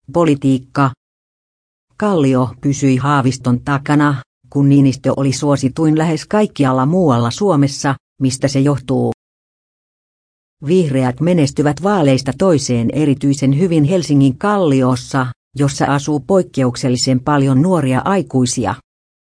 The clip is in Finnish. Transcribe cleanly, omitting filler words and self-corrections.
Politiikka. Kallio pysyi Haaviston takana, kun Niinistö oli suosituin lähes kaikkialla muualla Suomessa, mistä se johtuu. Vihreät menestyvät vaaleista toiseen erityisen hyvin Helsingin Kalliossa, jossa asuu poikkeuksellisen paljon nuoria aikuisia.